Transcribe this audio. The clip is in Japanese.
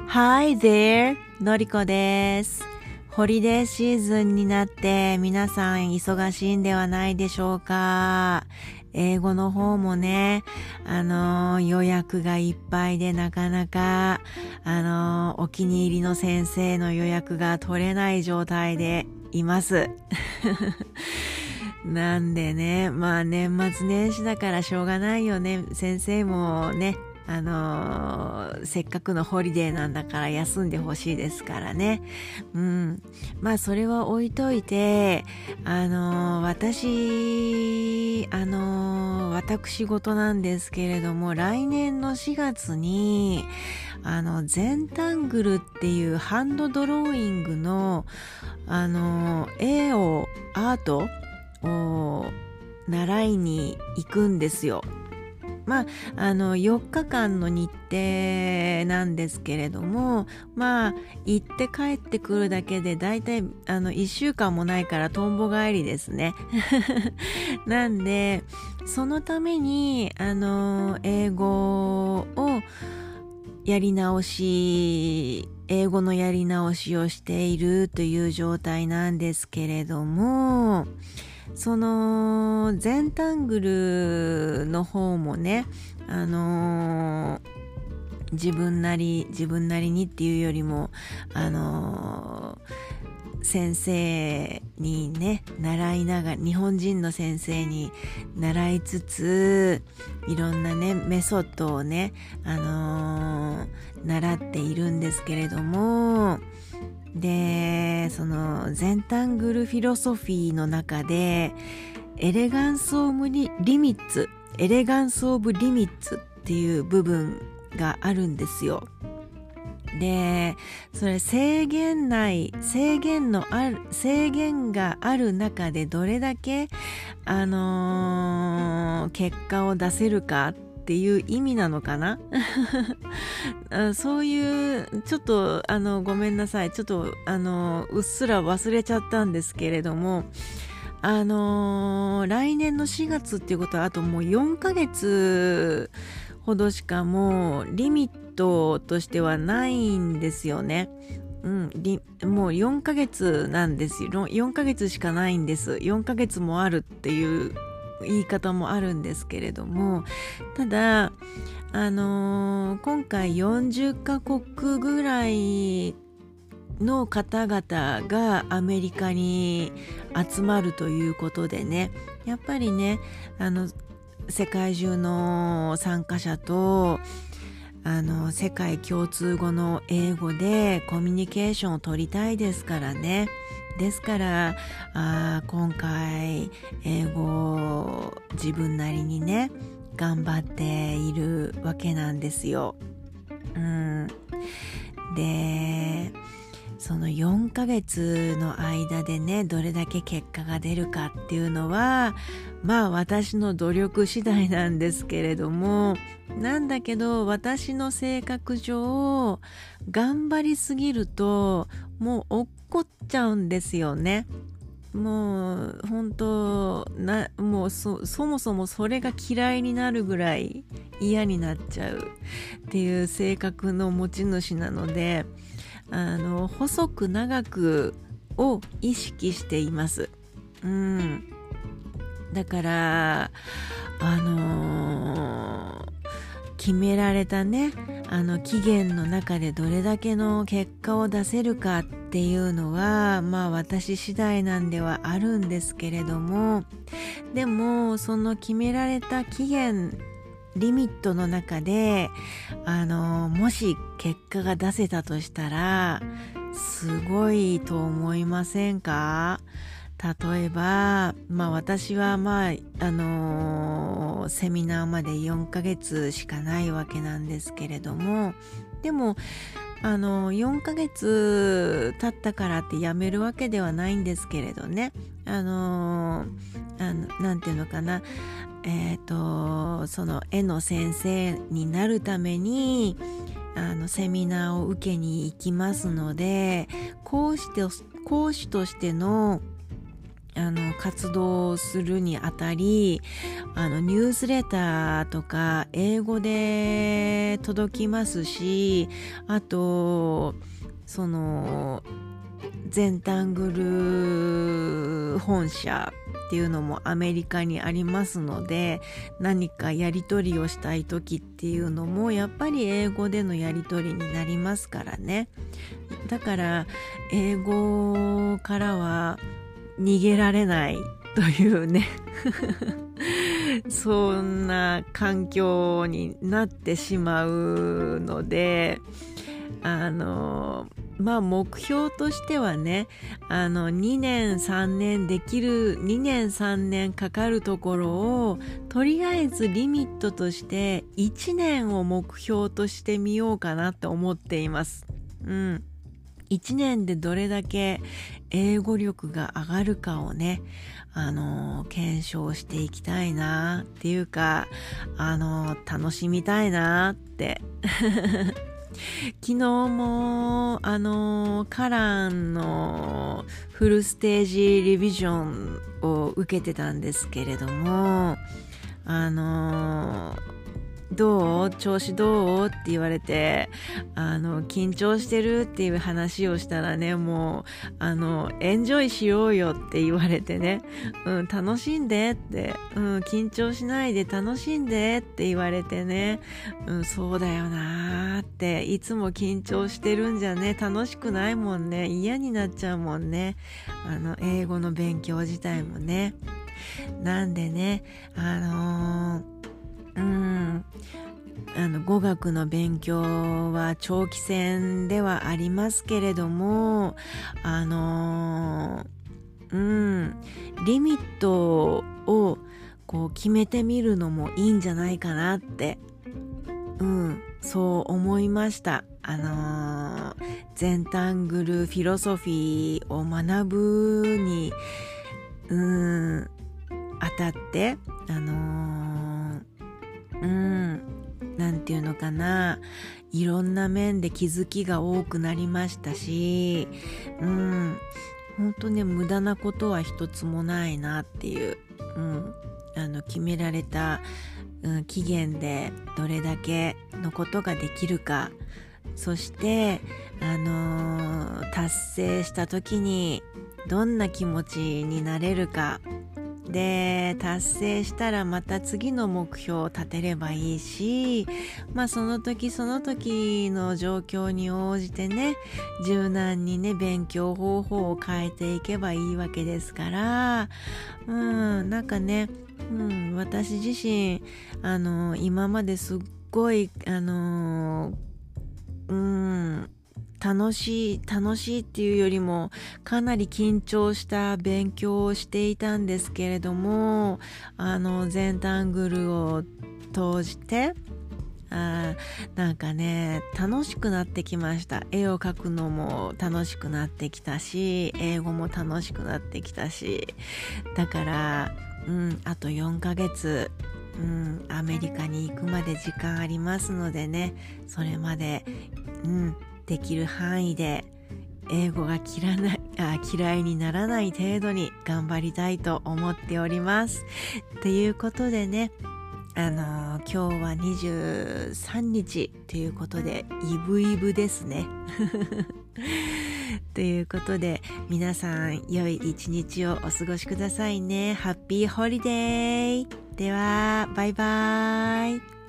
Hi there! のりこです。ホリデーシーズンになって皆さん忙しいんではないでしょうか。英語の方もね、予約がいっぱいでなかなか、お気に入りの先生の予約が取れない状態でいます。なんでね、年末年始だからしょうがないよね。先生もね、せっかくのホリデーなんだから休んでほしいですからね。それは置いといて、私事なんですけれども、来年の4月に、ゼンタングルっていうハンドドローイングの、アートを習いに行くんですよ。4日間の日程なんですけれども、行って帰ってくるだけでだいたい1週間もないからとんぼ帰りですね。なんで、そのために英語のやり直しをしているという状態なんですけれども、そのゼンタングルの方もね、自分なりにっていうよりも先生にね習いながら、日本人の先生に習いつつ、いろんなねメソッドをね習っているんですけれども、でそのゼンタングルフィロソフィーの中でエレガンスオブリミッツっていう部分があるんですよ。でそれ制限がある中でどれだけ結果を出せるかっていう意味なのかな。そういうちょっとごめんなさい、ちょっとうっすら忘れちゃったんですけれども、来年の4月っていうことはあともう4ヶ月ほどしかもうリミットとしてはないんですよね。もう4ヶ月なんですよ。4ヶ月しかないんです。4ヶ月もあるっていう言い方もあるんですけれども、ただ今回40カ国ぐらいの方々がアメリカに集まるということでね、やっぱりね世界中の参加者と世界共通語の英語でコミュニケーションを取りたいですからね。ですから今回英語を自分なりにね頑張っているわけなんですよ。でその4ヶ月の間でねどれだけ結果が出るかっていうのは私の努力次第なんですけれども、なんだけど私の性格上頑張りすぎるともう落っこっちゃうんですよね。もう本当もうそもそもそれが嫌いになるぐらい嫌になっちゃうっていう性格の持ち主なので、細く長くを意識しています。だから決められたね期限の中でどれだけの結果を出せるかっていうのは私次第なんではあるんですけれども、でもその決められた期限リミットの中でもし結果が出せたとしたらすごいと思いませんか？例えば私はセミナーまで4ヶ月しかないわけなんですけれども、でも4ヶ月経ったからってやめるわけではないんですけれどね、なんていうのかな、その絵の先生になるためにセミナーを受けに行きますので、講師としての活動するにあたり、ニュースレターとか英語で届きますし、あとそのゼンタングル本社っていうのもアメリカにありますので、何かやり取りをしたい時っていうのもやっぱり英語でのやり取りになりますからね。だから英語からは逃げられないというねそんな環境になってしまうので、目標としてはね、2年3年できる、2年3年かかるところをとりあえずリミットとして1年を目標としてみようかなと思っています。1年でどれだけ英語力が上がるかをね、検証していきたいなっていうか、楽しみたいなって昨日もカランのフルステージリビジョンを受けてたんですけれども、どう？調子どう？って言われて、緊張してるっていう話をしたらね、もう、エンジョイしようよって言われてね、楽しんでって、緊張しないで楽しんでって言われてね、そうだよなーって、いつも緊張してるんじゃね、楽しくないもんね、嫌になっちゃうもんね、英語の勉強自体もね。なんでね、語学の勉強は長期戦ではありますけれども、リミットをこう決めてみるのもいいんじゃないかなって、そう思いました。ゼンタングルフィロソフィーを学ぶに、あたって、なんていうのかな、いろんな面で気づきが多くなりましたし、本当ね、無駄なことは一つもないなっていう、決められた、期限でどれだけのことができるか、そして、達成した時にどんな気持ちになれるかで、達成したらまた次の目標を立てればいいし、その時その時の状況に応じてね、柔軟にね、勉強方法を変えていけばいいわけですから、なんかね、私自身今まですっごい楽しいっていうよりもかなり緊張した勉強をしていたんですけれども、ゼンタングルを通してなんかね、楽しくなってきました。絵を描くのも楽しくなってきたし、英語も楽しくなってきたし、だからあと4ヶ月アメリカに行くまで時間ありますのでね、それまでできる範囲で英語が嫌いにならない程度に頑張りたいと思っております。ということでね、今日は23日ということでイブイブですねということで、皆さん良い一日をお過ごしくださいね。ハッピーホリデー。ではバイバイ。